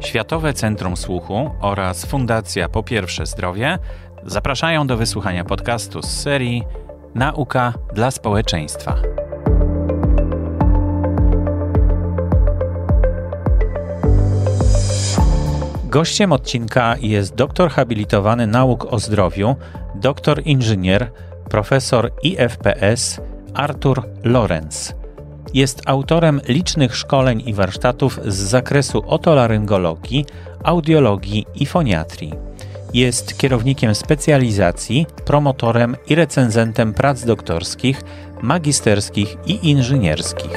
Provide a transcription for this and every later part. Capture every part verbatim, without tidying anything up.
Światowe Centrum Słuchu oraz Fundacja Po Pierwsze Zdrowie zapraszają do wysłuchania podcastu z serii Nauka dla społeczeństwa. Gościem odcinka jest doktor habilitowany nauk o zdrowiu, doktor inżynier, profesor I F P S Artur Lorenz. Jest autorem licznych szkoleń i warsztatów z zakresu otolaryngologii, audiologii i foniatrii. Jest kierownikiem specjalizacji, promotorem i recenzentem prac doktorskich, magisterskich i inżynierskich.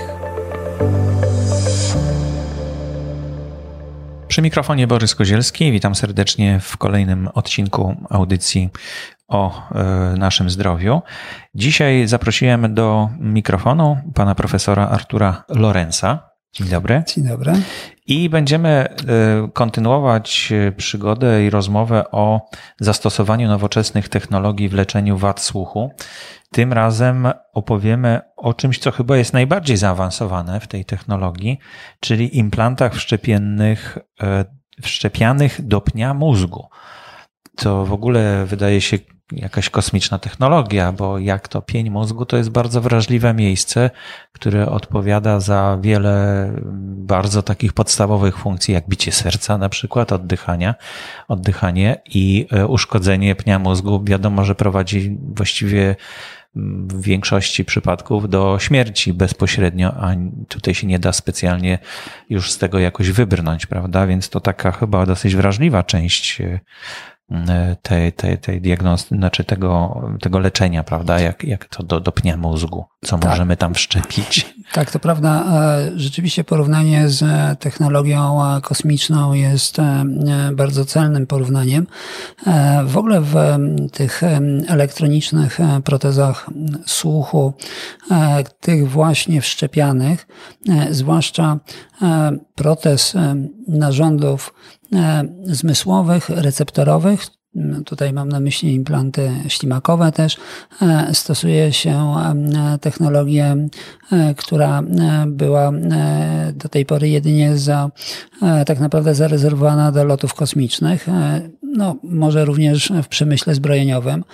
Przy mikrofonie Borys Kozielski. Witam serdecznie w kolejnym odcinku audycji o y, naszym zdrowiu. Dzisiaj zaprosiłem do mikrofonu pana profesora Artura Lorenza. Dzień dobry. Dzień dobry. I będziemy y, kontynuować przygodę i rozmowę o zastosowaniu nowoczesnych technologii w leczeniu wad słuchu. Tym razem opowiemy o czymś, co chyba jest najbardziej zaawansowane w tej technologii, czyli implantach wszczepiennych, y, wszczepianych do pnia mózgu. To w ogóle wydaje się jakaś kosmiczna technologia, bo jak to pień mózgu to jest bardzo wrażliwe miejsce, które odpowiada za wiele bardzo takich podstawowych funkcji, jak bicie serca na przykład, oddychania, oddychanie i uszkodzenie pnia mózgu wiadomo, że prowadzi właściwie w większości przypadków do śmierci bezpośrednio, a tutaj się nie da specjalnie już z tego jakoś wybrnąć, prawda? Więc to taka chyba dosyć wrażliwa część tej, tej, tej diagnozy, znaczy tego, tego leczenia, prawda, jak, jak to do, do pnia mózgu, co tak możemy tam wszczepić. Tak, to prawda. Rzeczywiście porównanie z technologią kosmiczną jest bardzo celnym porównaniem. W ogóle w tych elektronicznych protezach słuchu, tych właśnie wszczepianych, zwłaszcza protez narządów zmysłowych, receptorowych, tutaj mam na myśli implanty ślimakowe też, stosuje się technologię, która była do tej pory jedynie za, tak naprawdę zarezerwowana do lotów kosmicznych, no może również w przemyśle zbrojeniowym.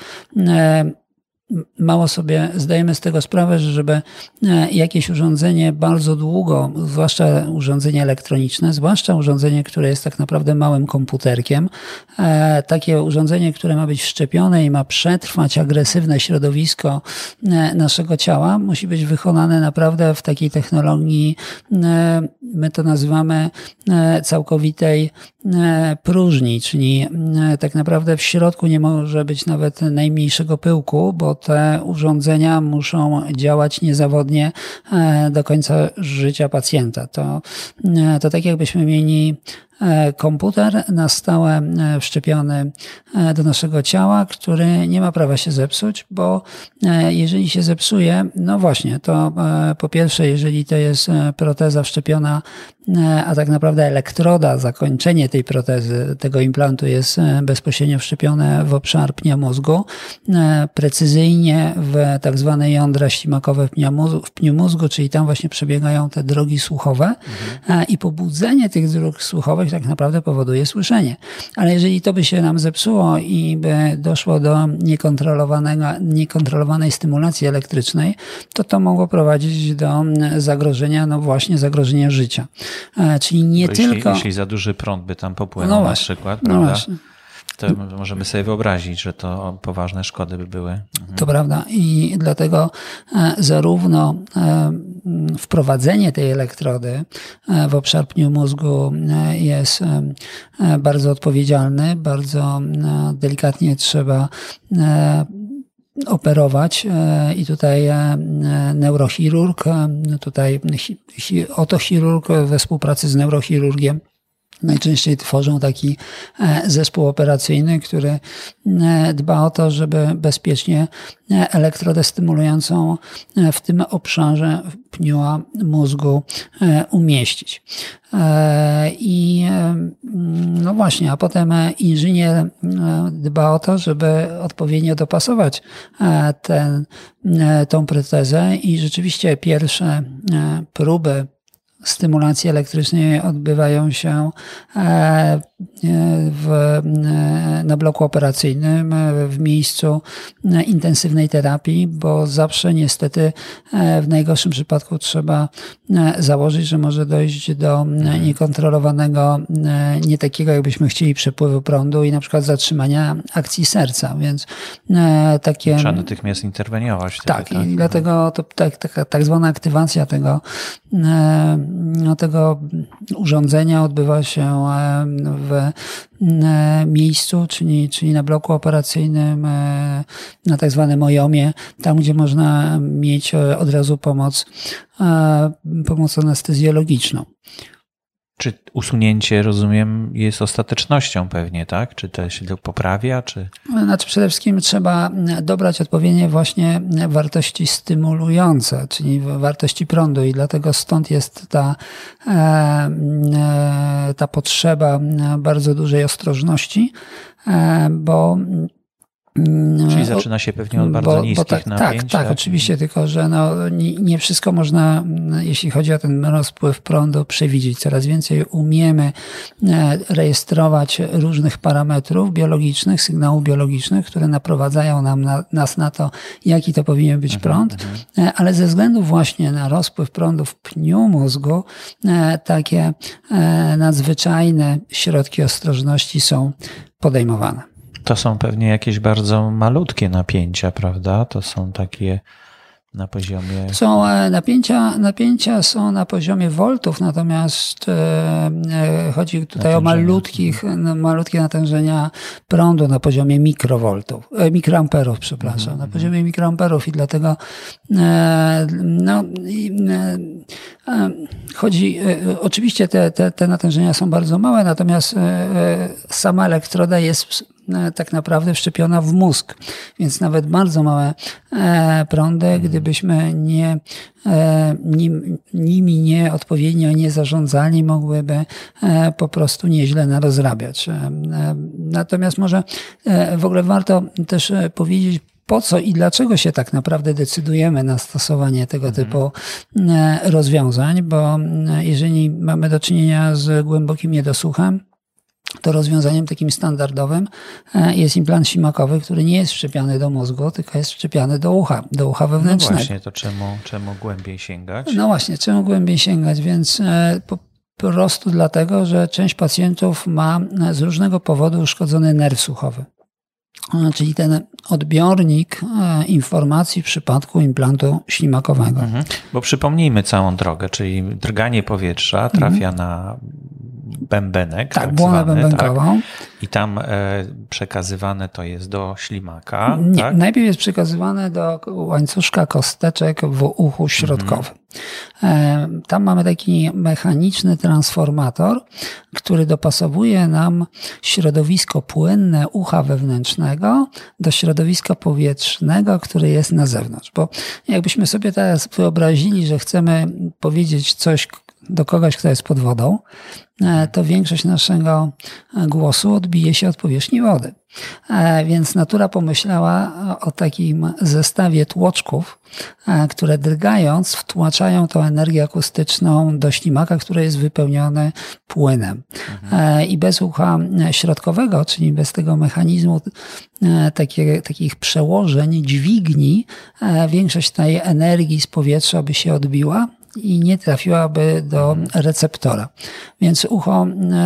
Mało sobie zdajemy z tego sprawę, że żeby jakieś urządzenie bardzo długo, zwłaszcza urządzenie elektroniczne, zwłaszcza urządzenie, które jest tak naprawdę małym komputerkiem, takie urządzenie, które ma być wszczepione i ma przetrwać agresywne środowisko naszego ciała, musi być wykonane naprawdę w takiej technologii, my to nazywamy całkowitej próżni, czyli tak naprawdę w środku nie może być nawet najmniejszego pyłku, bo te urządzenia muszą działać niezawodnie do końca życia pacjenta. To, to tak jakbyśmy mieli komputer na stałe wszczepiony do naszego ciała, który nie ma prawa się zepsuć, bo jeżeli się zepsuje, no właśnie, to po pierwsze, jeżeli to jest proteza wszczepiona, a tak naprawdę elektroda, zakończenie tej protezy, tego implantu jest bezpośrednio wszczepione w obszar pnia mózgu, precyzyjnie w tak zwane jądra ślimakowe w pniu mózgu, w pniu mózgu, czyli tam właśnie przebiegają te drogi słuchowe mhm. i pobudzenie tych dróg słuchowych tak naprawdę powoduje słyszenie. Ale jeżeli to by się nam zepsuło i by doszło do niekontrolowanego, niekontrolowanej stymulacji elektrycznej, to to mogło prowadzić do zagrożenia, no właśnie zagrożenia życia. Czyli nie Bo tylko... Jeśli, jeśli za duży prąd by tam popłynął no na przykład, no prawda? Właśnie. To możemy sobie wyobrazić, że to poważne szkody by były. Mhm. To prawda i dlatego zarówno wprowadzenie tej elektrody w obszar pniu mózgu jest bardzo odpowiedzialny, bardzo delikatnie trzeba operować i tutaj neurochirurg, tutaj otochirurg we współpracy z neurochirurgiem najczęściej tworzą taki zespół operacyjny, który dba o to, żeby bezpiecznie elektrodę stymulującą w tym obszarze pniu mózgu umieścić. I no właśnie, a potem inżynier dba o to, żeby odpowiednio dopasować ten, tą protezę i rzeczywiście pierwsze próby stymulacji elektrycznej odbywają się w, na bloku operacyjnym, w miejscu intensywnej terapii, bo zawsze niestety w najgorszym przypadku trzeba założyć, że może dojść do niekontrolowanego, nie takiego jakbyśmy chcieli przepływu prądu i na przykład zatrzymania akcji serca, więc takie... Trzeba natychmiast interweniować. Tak, tak, i dlatego to tak, taka tak zwana aktywacja tego, tego urządzenia odbywa się w miejscu, czyli, czyli na bloku operacyjnym, na tak zwanym ojomie, tam gdzie można mieć od razu pomoc, pomoc anestezjologiczną. Czy usunięcie, rozumiem, jest ostatecznością pewnie, tak? Czy to się poprawia? Czy... Znaczy przede wszystkim trzeba dobrać odpowiednie właśnie wartości stymulujące, czyli wartości prądu i dlatego stąd jest ta, ta potrzeba bardzo dużej ostrożności, bo Czyli zaczyna się pewnie od bardzo bo, niskich bo tak, napięć. Tak, tak, tak, oczywiście, tylko że no, nie, nie wszystko można, jeśli chodzi o ten rozpływ prądu, przewidzieć. Coraz więcej umiemy rejestrować różnych parametrów biologicznych, sygnałów biologicznych, które naprowadzają nam na, nas na to, jaki to powinien być prąd, mhm, ale ze względu właśnie na rozpływ prądu w pniu mózgu takie nadzwyczajne środki ostrożności są podejmowane. To są pewnie jakieś bardzo malutkie napięcia, prawda? To są takie na poziomie... Są napięcia, napięcia są na poziomie voltów, natomiast e, chodzi tutaj natężenia. o malutkich, malutkie natężenia prądu na poziomie mikrowoltów, e, mikroamperów, przepraszam, mm-hmm. na poziomie mikroamperów i dlatego e, no, e, chodzi, e, oczywiście te, te, te natężenia są bardzo małe, natomiast e, sama elektroda jest tak naprawdę wszczepiona w mózg. Więc nawet bardzo małe prądy, gdybyśmy nie, nim, nimi nie odpowiednio nie zarządzali, mogłyby po prostu nieźle narozrabiać. Natomiast może w ogóle warto też powiedzieć, po co i dlaczego się tak naprawdę decydujemy na stosowanie tego typu rozwiązań, bo jeżeli mamy do czynienia z głębokim niedosłuchem, to rozwiązaniem takim standardowym jest implant ślimakowy, który nie jest wszczepiany do mózgu, tylko jest wszczepiany do ucha, do ucha wewnętrznego. No właśnie, to czemu, czemu głębiej sięgać? No właśnie, czemu głębiej sięgać? Więc po prostu dlatego, że część pacjentów ma z różnego powodu uszkodzony nerw słuchowy. Czyli ten odbiornik informacji w przypadku implantu ślimakowego. Mhm. Bo przypomnijmy całą drogę, czyli drganie powietrza trafia mhm. na bębenek. Tak, tak błonę bębenkową. Tak? I tam e, przekazywane to jest do ślimaka. Nie, tak? Najpierw jest przekazywane do łańcuszka kosteczek w uchu środkowym. Mhm. E, tam mamy taki mechaniczny transformator, który dopasowuje nam środowisko płynne ucha wewnętrznego do środowiska powietrznego, które jest na zewnątrz. Bo jakbyśmy sobie teraz wyobrazili, że chcemy powiedzieć coś do kogoś, kto jest pod wodą, to większość naszego głosu odbije się od powierzchni wody. Więc natura pomyślała o takim zestawie tłoczków, które drgając wtłaczają tą energię akustyczną do ślimaka, który jest wypełniony płynem. Mhm. I bez ucha środkowego, czyli bez tego mechanizmu takie, takich przełożeń, dźwigni, większość tej energii z powietrza by się odbiła i nie trafiłaby do receptora. Więc ucho,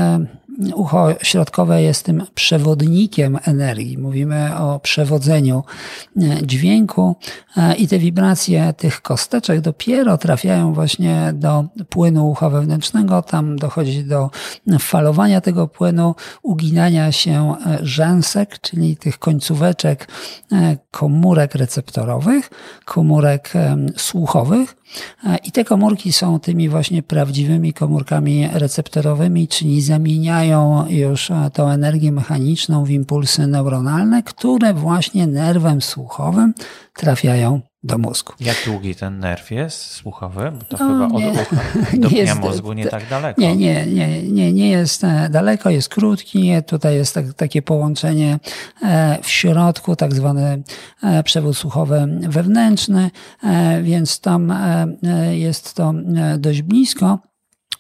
ucho środkowe jest tym przewodnikiem energii. Mówimy o przewodzeniu dźwięku i te wibracje tych kosteczek dopiero trafiają właśnie do płynu ucha wewnętrznego. Tam dochodzi do falowania tego płynu, uginania się rzęsek, czyli tych końcóweczek komórek receptorowych, komórek słuchowych. I te komórki są tymi właśnie prawdziwymi komórkami receptorowymi, czyli zamieniają już tą energię mechaniczną w impulsy neuronalne, które właśnie nerwem słuchowym trafiają do mózgu. Jak długi ten nerw jest słuchowy? Bo to no, chyba nie, od ucha do pnia jest, mózgu nie tak daleko. Nie, nie, nie, nie, nie jest daleko, jest krótki. Tutaj jest tak, takie połączenie w środku, tak zwany przewód słuchowy wewnętrzny, więc tam jest to dość blisko.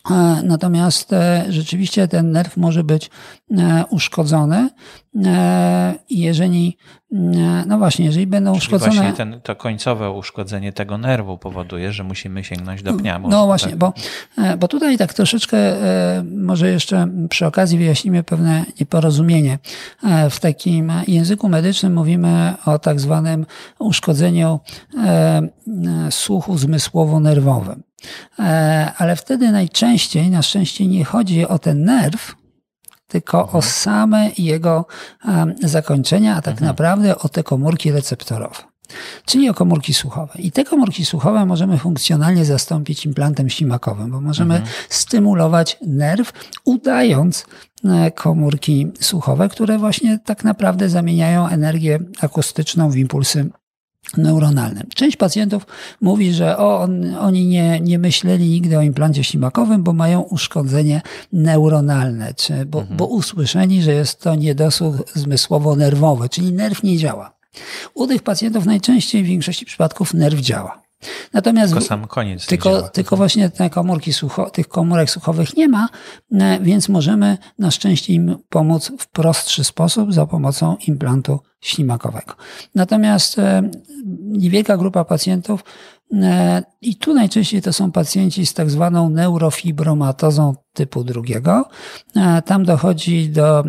Natomiast rzeczywiście ten nerw może być uszkodzony i jeżeli, no właśnie, jeżeli będą Czyli uszkodzone... właśnie ten, to końcowe uszkodzenie tego nerwu powoduje, że musimy sięgnąć do pnia mózgu. No właśnie, tak? bo, bo tutaj tak troszeczkę może jeszcze przy okazji wyjaśnimy pewne nieporozumienie. W takim języku medycznym mówimy o tak zwanym uszkodzeniu słuchu zmysłowo-nerwowym. Ale wtedy najczęściej, na szczęście nie chodzi o ten nerw, tylko mhm. o same jego zakończenia, a tak mhm. naprawdę o te komórki receptorowe. Czyli o komórki słuchowe. I te komórki słuchowe możemy funkcjonalnie zastąpić implantem ślimakowym, bo możemy mhm. stymulować nerw, udając komórki słuchowe, które właśnie tak naprawdę zamieniają energię akustyczną w impulsy neuronalnym. Część pacjentów mówi, że o, on, oni nie, nie myśleli nigdy o implancie ślimakowym, bo mają uszkodzenie neuronalne, czy, bo, mhm. bo usłyszeli, że jest to niedosłuch zmysłowo-nerwowy, czyli nerw nie działa. U tych pacjentów najczęściej w większości przypadków nerw działa. Natomiast tylko sam koniec tylko, tylko właśnie te komórki słucho, tych komórek słuchowych nie ma, więc możemy na szczęście im pomóc w prostszy sposób za pomocą implantu ślimakowego. Natomiast niewielka grupa pacjentów i tu najczęściej to są pacjenci z tak zwaną neurofibromatozą typu drugiego. Tam dochodzi do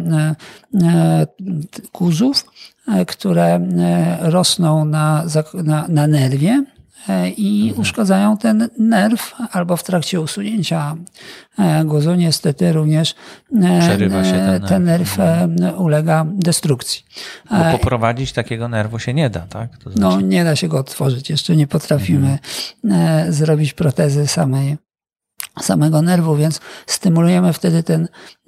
guzów, które rosną na, na, na nerwie i mhm. uszkadzają ten nerw, albo w trakcie usunięcia guzu niestety również Przerywa się ten nerw, ten nerw mhm. ulega destrukcji. Bo poprowadzić takiego nerwu się nie da, tak? To znaczy... No nie da się go otworzyć. Jeszcze nie potrafimy mhm. zrobić protezy samej samego nerwu, więc stymulujemy wtedy ten,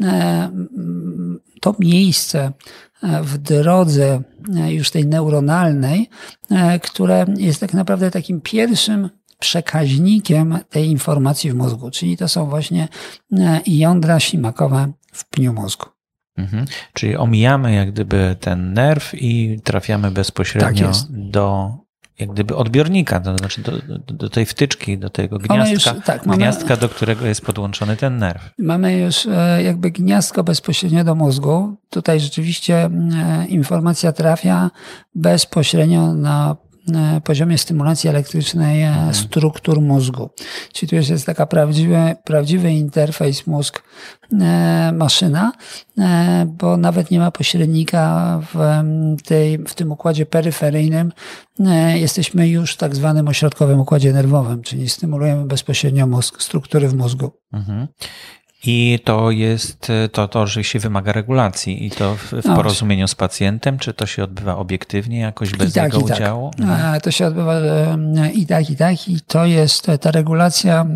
to miejsce w drodze już tej neuronalnej, które jest tak naprawdę takim pierwszym przekaźnikiem tej informacji w mózgu, czyli to są właśnie jądra ślimakowe w pniu mózgu. Mhm. Czyli omijamy jak gdyby ten nerw i trafiamy bezpośrednio tak do jak gdyby odbiornika, to znaczy do, do, do tej wtyczki, do tego gniazdka, już, tak, mamy, gniazdka, do którego jest podłączony ten nerw. Mamy już jakby gniazdko bezpośrednio do mózgu. Tutaj rzeczywiście informacja trafia bezpośrednio na poziomie stymulacji elektrycznej hmm. struktur mózgu. Czyli tu jest taka prawdziwy, prawdziwy interfejs mózg-maszyna, bo nawet nie ma pośrednika w, tej, w tym układzie peryferyjnym. Jesteśmy już w tak zwanym ośrodkowym układzie nerwowym, czyli stymulujemy bezpośrednio mózg, struktury w mózgu. Hmm. I to jest, to, to oczywiście wymaga regulacji i to w, w porozumieniu z pacjentem, czy to się odbywa obiektywnie jakoś bez tak, jego i tak. udziału? Mhm. To się odbywa i tak, i tak i to jest ta regulacja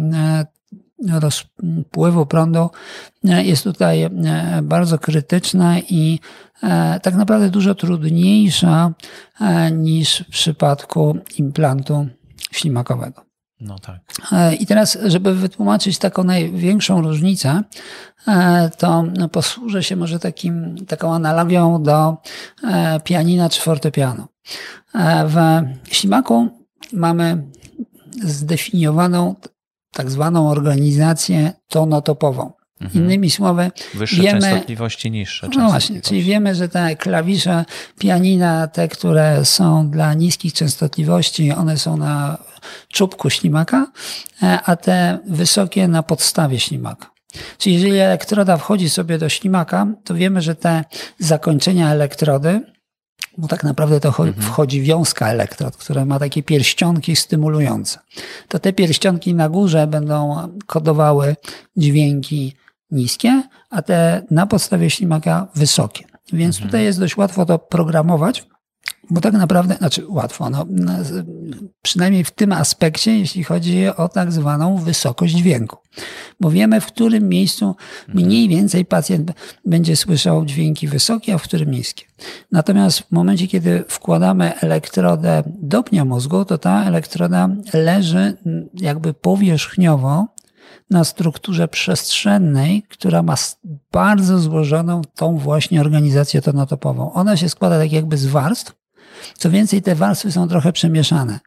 rozpływu prądu jest tutaj bardzo krytyczna i tak naprawdę dużo trudniejsza niż w przypadku implantu ślimakowego. No tak. I teraz, żeby wytłumaczyć taką największą różnicę, to posłużę się może takim, taką analogią do pianina czy fortepianu. W ślimaku mamy zdefiniowaną tak zwaną organizację tonotopową. Mhm. Innymi słowy, wyższe wiemy, częstotliwości, niższe częstotliwości. No właśnie, czyli wiemy, że te klawisze pianina, te, które są dla niskich częstotliwości, one są na czubku ślimaka, a te wysokie na podstawie ślimaka. Czyli jeżeli elektroda wchodzi sobie do ślimaka, to wiemy, że te zakończenia elektrody, bo tak naprawdę to mhm. wchodzi wiązka elektrod, która ma takie pierścionki stymulujące. To te pierścionki na górze będą kodowały dźwięki niskie, a te na podstawie ślimaka wysokie. Więc mhm. tutaj jest dość łatwo to programować, bo tak naprawdę, znaczy łatwo, no, przynajmniej w tym aspekcie, jeśli chodzi o tak zwaną wysokość dźwięku. Bo wiemy, w którym miejscu mniej więcej pacjent będzie słyszał dźwięki wysokie, a w którym niskie. Natomiast w momencie, kiedy wkładamy elektrodę do pnia mózgu, to ta elektroda leży jakby powierzchniowo na strukturze przestrzennej, która ma bardzo złożoną tą właśnie organizację tonotopową. Ona się składa tak jakby z warstw. Co więcej, te warstwy są trochę przemieszane.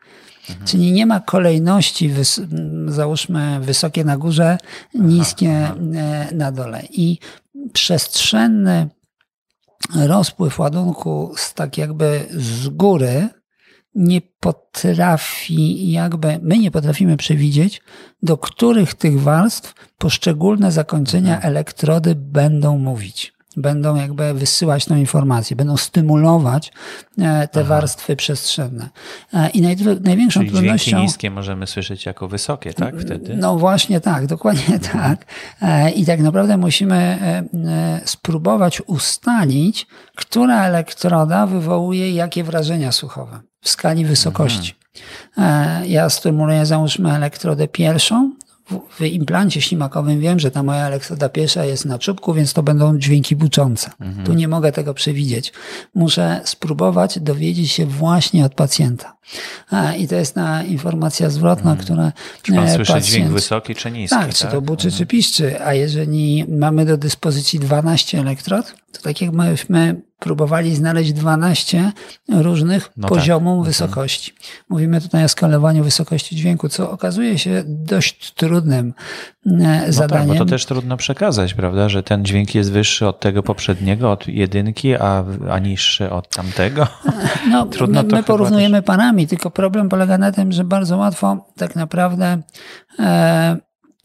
Mhm. Czyli nie ma kolejności, wys- załóżmy wysokie na górze, niskie aha, aha. na dole. I przestrzenny rozpływ ładunku z tak jakby z góry nie potrafi, jakby my nie potrafimy przewidzieć, do których tych warstw poszczególne zakończenia mhm. elektrody będą mówić. Będą jakby wysyłać tą informację, będą stymulować te Aha. warstwy przestrzenne. I naj, największą Czyli trudnością... dźwięki niskie możemy słyszeć jako wysokie, tak? Wtedy? No właśnie tak, dokładnie tak. I tak naprawdę musimy spróbować ustalić, która elektroda wywołuje jakie wrażenia słuchowe w skali wysokości. Mhm. Ja stymuluję, załóżmy, elektrodę pierwszą. W implancie ślimakowym wiem, że ta moja elektroda pierwsza jest na czubku, więc to będą dźwięki buczące. Mhm. Tu nie mogę tego przewidzieć. Muszę spróbować dowiedzieć się właśnie od pacjenta. I to jest ta informacja zwrotna, mhm. która czy pan pacjent... słyszy dźwięk wysoki czy niski? Tak, czy tak? to buczy, mhm. czy piszczy. A jeżeli mamy do dyspozycji dwanaście elektrod, to tak jak myśmy próbowali znaleźć dwanaście różnych no poziomów tak. wysokości. Mówimy tutaj o skalowaniu wysokości dźwięku, co okazuje się dość trudnym no zadaniem. Tak, bo to też trudno przekazać, prawda, że ten dźwięk jest wyższy od tego poprzedniego, od jedynki, a, a niższy od tamtego. No, trudno my, to my porównujemy też... parami, tylko problem polega na tym, że bardzo łatwo tak naprawdę e,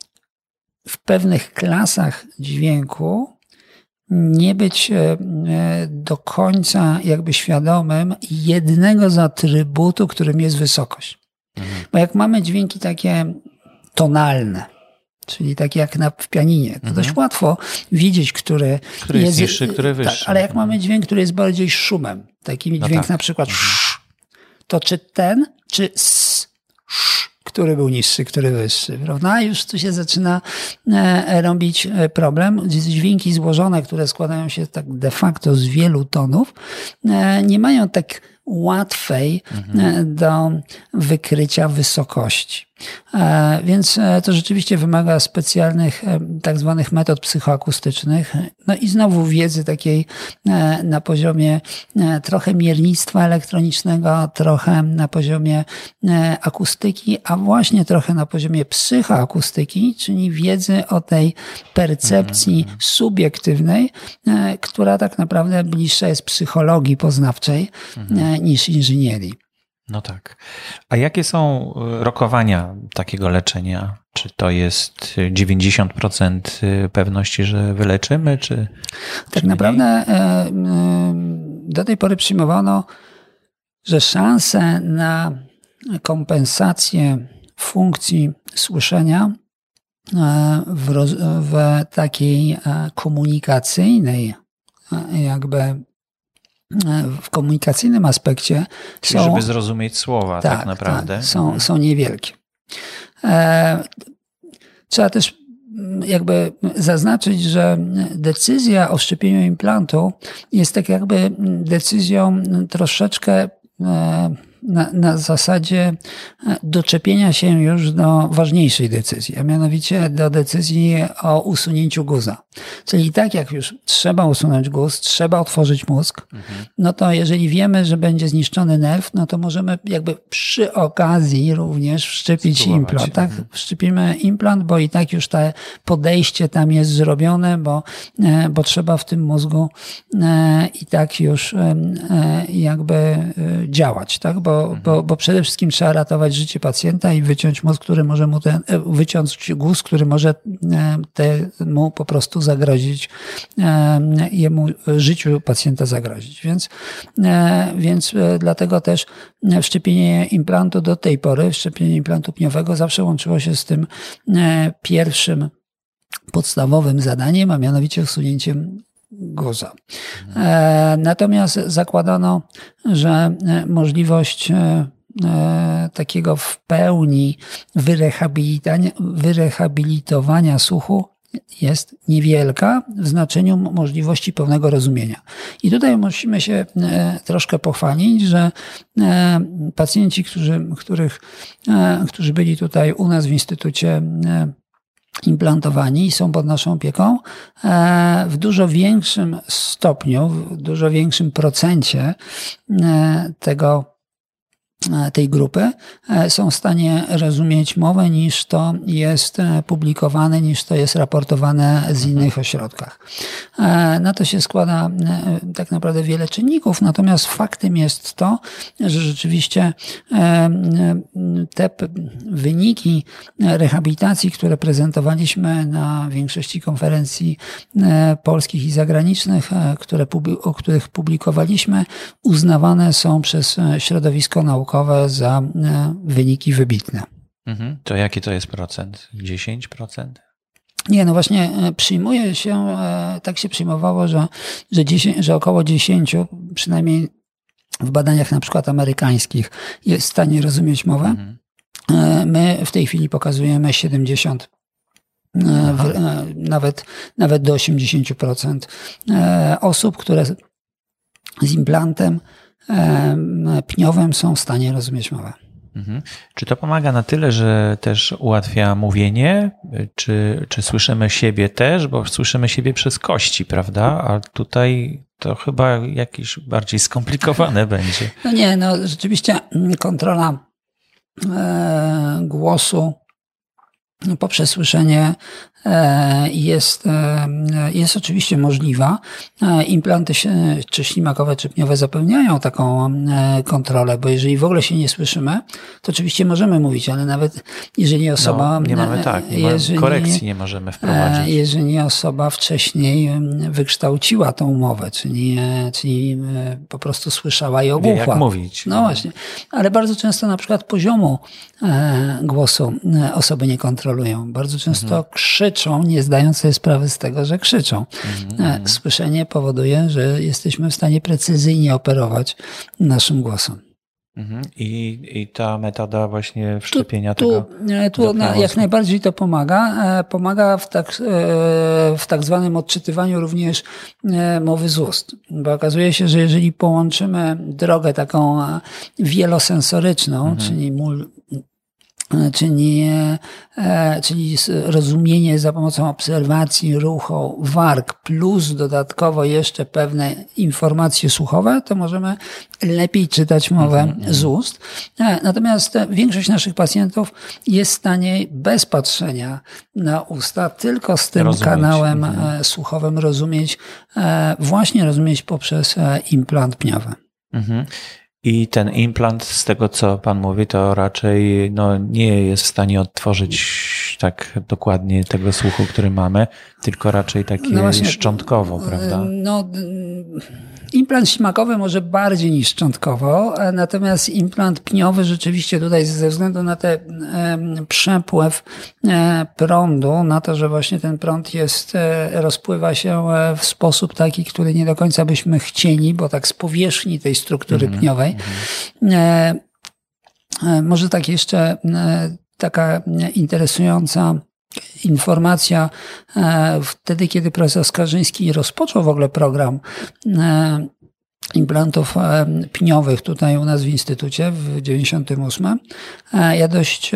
w pewnych klasach dźwięku nie być do końca jakby świadomym jednego z atrybutów, którym jest wysokość. Mhm. Bo jak mamy dźwięki takie tonalne, czyli takie jak na, w pianinie, to mhm. dość łatwo widzieć, który, który jest, jest niższy, który wyższy. Tak, ale jak mhm. mamy dźwięk, który jest bardziej szumem, taki no dźwięk tak. na przykład mhm. sz, to czy ten, czy s, sz, który był niższy, który wyższy, prawda? Już tu się zaczyna e, robić problem. Dźwięki złożone, które składają się tak de facto z wielu tonów, e, nie mają tak łatwej mhm. do wykrycia wysokości. Więc to rzeczywiście wymaga specjalnych tak zwanych metod psychoakustycznych. No i znowu wiedzy takiej na poziomie trochę miernictwa elektronicznego, trochę na poziomie akustyki, a właśnie trochę na poziomie psychoakustyki, czyli wiedzy o tej percepcji mhm. subiektywnej, która tak naprawdę bliższa jest psychologii poznawczej mhm. niż inżynierii. No tak. A jakie są rokowania takiego leczenia? Czy to jest dziewięćdziesiąt procent pewności, że wyleczymy, czy Tak czy naprawdę do tej pory przyjmowano, że szanse na kompensację funkcji słyszenia w, roz, w takiej komunikacyjnej jakby w komunikacyjnym aspekcie Czyli są... żeby zrozumieć słowa tak, tak naprawdę. Tak, są, są niewielkie. E, trzeba też jakby zaznaczyć, że decyzja o wszczepieniu implantu jest tak jakby decyzją troszeczkę e, na, na zasadzie doczepienia się już do ważniejszej decyzji, a mianowicie do decyzji o usunięciu guza. Czyli tak jak już trzeba usunąć guz, trzeba otworzyć mózg, mhm. no to jeżeli wiemy, że będzie zniszczony nerw, no to możemy jakby przy okazji również wszczepić Spróbować. implant. Tak? Mhm. Wszczepimy implant, bo i tak już to podejście tam jest zrobione, bo, bo trzeba w tym mózgu i tak już jakby działać, tak? Bo, mhm. bo, bo przede wszystkim trzeba ratować życie pacjenta i wyciąć mózg, który może mu ten, wyciąć guz, który może temu po prostu zagrozić, jemu życiu pacjenta zagrozić. Więc, więc dlatego też wszczepienie implantu do tej pory, wszczepienie implantu pniowego zawsze łączyło się z tym pierwszym podstawowym zadaniem, a mianowicie usunięciem guza. Natomiast zakładano, że możliwość takiego w pełni wyrehabilitowania, wyrehabilitowania słuchu jest niewielka w znaczeniu możliwości pełnego rozumienia. I tutaj musimy się troszkę pochwalić, że pacjenci, którzy, których, którzy byli tutaj u nas w Instytucie implantowani i są pod naszą opieką, w dużo większym stopniu, w dużo większym procencie tego tej grupy są w stanie rozumieć mowę, niż to jest publikowane, niż to jest raportowane z innych ośrodkach. Na to się składa tak naprawdę wiele czynników, natomiast faktem jest to, że rzeczywiście te wyniki rehabilitacji, które prezentowaliśmy na większości konferencji polskich i zagranicznych, które, o których publikowaliśmy, uznawane są przez środowisko naukowe za wyniki wybitne. Mhm. To jaki to jest procent? dziesięć procent? Nie, no właśnie przyjmuje się, tak się przyjmowało, że, że, dziesięć, że około dziesięć, przynajmniej w badaniach na przykład amerykańskich, jest w stanie rozumieć mowę. Mhm. My w tej chwili pokazujemy siedemdziesiąt w, nawet, nawet do osiemdziesiąt procent osób, które z implantem pniowym są w stanie rozumieć mowę. Mhm. Czy to pomaga na tyle, że też ułatwia mówienie? Czy, czy słyszymy siebie też? Bo słyszymy siebie przez kości, prawda? A tutaj to chyba jakieś bardziej skomplikowane będzie. No nie, no rzeczywiście kontrola e, głosu poprzez słyszenie jest, jest oczywiście możliwa. Implanty czy ślimakowe, czy pniowe zapewniają taką kontrolę, bo jeżeli w ogóle się nie słyszymy, to oczywiście możemy mówić, ale nawet jeżeli osoba... No, nie mamy tak, nie jeżeli, korekcji nie możemy wprowadzić. Jeżeli osoba wcześniej wykształciła tą mowę, czyli, czyli po prostu słyszała i ogłuchła. Wie jak mówić. No właśnie, ale bardzo często na przykład poziomu głosu osoby nie kontrolują. Bardzo często mhm. krzyczą, nie zdając sobie sprawy z tego, że krzyczą. Mhm. Słyszenie powoduje, że jesteśmy w stanie precyzyjnie operować naszym głosem. Mhm. I, I ta metoda właśnie wszczepienia tu, tego... Tu, tu na, jak najbardziej to pomaga. Pomaga w tak, w tak zwanym odczytywaniu również mowy z ust. Bo okazuje się, że jeżeli połączymy drogę taką wielosensoryczną, mhm. czyli mul, Czyli, czyli rozumienie za pomocą obserwacji, ruchu, warg, plus dodatkowo jeszcze pewne informacje słuchowe, to możemy lepiej czytać mowę mm-hmm. z ust. Natomiast większość naszych pacjentów jest w stanie bez patrzenia na usta, tylko z tym rozumieć. kanałem mm-hmm. słuchowym rozumieć, właśnie rozumieć poprzez implant pniowy. Mm-hmm. I ten implant, z tego co pan mówi, to raczej no, nie jest w stanie odtworzyć tak dokładnie tego słuchu, który mamy, tylko raczej takie no właśnie, szczątkowo, prawda? No, implant ślimakowy może bardziej niż szczątkowo, natomiast implant pniowy rzeczywiście tutaj ze względu na ten przepływ prądu, na to, że właśnie ten prąd jest, rozpływa się w sposób taki, który nie do końca byśmy chcieli, bo tak z powierzchni tej struktury mm-hmm. pniowej. Mm-hmm. Może tak jeszcze taka interesująca informacja. Wtedy, kiedy profesor Skarżyński rozpoczął w ogóle program implantów pniowych tutaj u nas w Instytucie w dziewięćdziesiątym ósmym, ja dość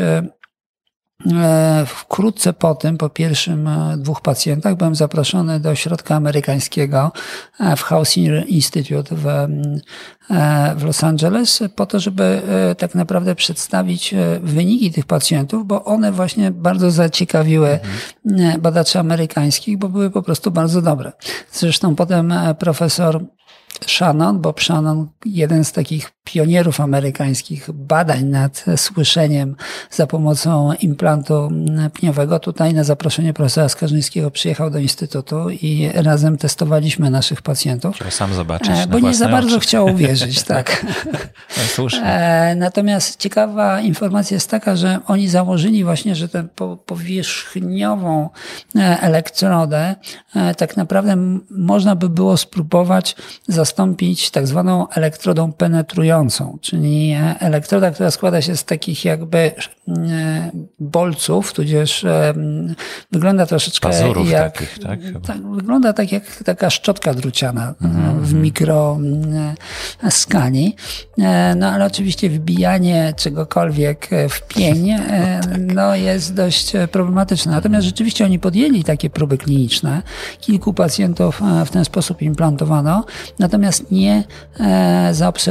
wkrótce po tym, po pierwszym dwóch pacjentach, byłem zaproszony do ośrodka amerykańskiego w Hauser Institute w, w Los Angeles po to, żeby tak naprawdę przedstawić wyniki tych pacjentów, bo one właśnie bardzo zaciekawiły mhm. badaczy amerykańskich, bo były po prostu bardzo dobre. Zresztą potem profesor Shannon, Bob Shannon, jeden z takich pionierów amerykańskich badań nad słyszeniem za pomocą implantu pniowego, tutaj na zaproszenie profesora Skarżyńskiego przyjechał do Instytutu i razem testowaliśmy naszych pacjentów. Chciał sam zobaczyć. Bo nie za bardzo oczy. chciał uwierzyć, tak. Słusznie. Natomiast ciekawa informacja jest taka, że oni założyli właśnie, że tę powierzchniową elektrodę tak naprawdę można by było spróbować zastąpić tak zwaną elektrodą penetrującą, czyli elektroda, która składa się z takich jakby bolców, tudzież wygląda troszeczkę Pazurów jak... takich, tak? tak? Wygląda tak jak taka szczotka druciana mm-hmm. w mikroskali. No ale oczywiście wbijanie czegokolwiek w pień no, jest dość problematyczne. Natomiast rzeczywiście oni podjęli takie próby kliniczne. Kilku pacjentów w ten sposób implantowano. Natomiast nie zaobserwowano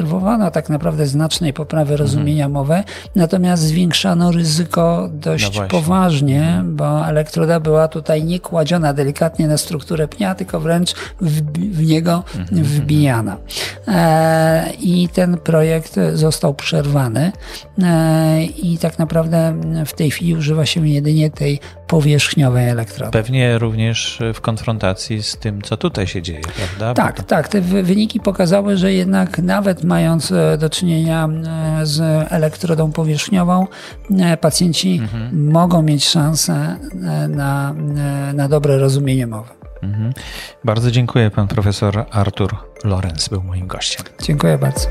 ma tak naprawdę znacznej poprawy rozumienia mhm. mowy, natomiast zwiększano ryzyko dość no poważnie, mhm. bo elektroda była tutaj nie kładziona delikatnie na strukturę pnia, tylko wręcz w, w niego mhm. wbijana. E, I ten projekt został przerwany e, i tak naprawdę w tej chwili używa się jedynie tej powierzchniowej elektrody. Pewnie również w konfrontacji z tym, co tutaj się dzieje, prawda? Tak, tak. Te wyniki pokazały, że jednak nawet mając do czynienia z elektrodą powierzchniową, pacjenci mhm. mogą mieć szansę na, na dobre rozumienie mowy. Mhm. Bardzo dziękuję. Pan profesor Artur Lorenz był moim gościem. Dziękuję bardzo.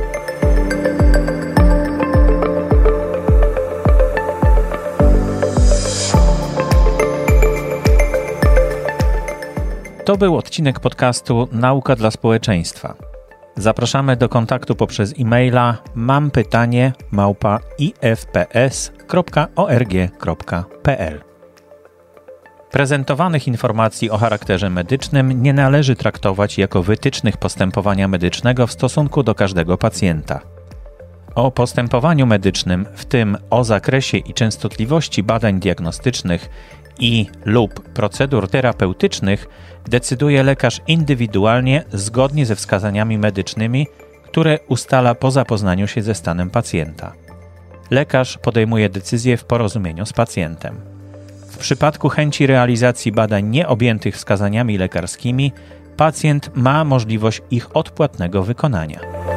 To był odcinek podcastu Nauka dla społeczeństwa. Zapraszamy do kontaktu poprzez e-maila mam pytanie małpa i f p s kropka org kropka p l. Prezentowanych informacji o charakterze medycznym nie należy traktować jako wytycznych postępowania medycznego w stosunku do każdego pacjenta. O postępowaniu medycznym, w tym o zakresie i częstotliwości badań diagnostycznych i lub procedur terapeutycznych, decyduje lekarz indywidualnie zgodnie ze wskazaniami medycznymi, które ustala po zapoznaniu się ze stanem pacjenta. Lekarz podejmuje decyzję w porozumieniu z pacjentem. W przypadku chęci realizacji badań nieobjętych wskazaniami lekarskimi, pacjent ma możliwość ich odpłatnego wykonania.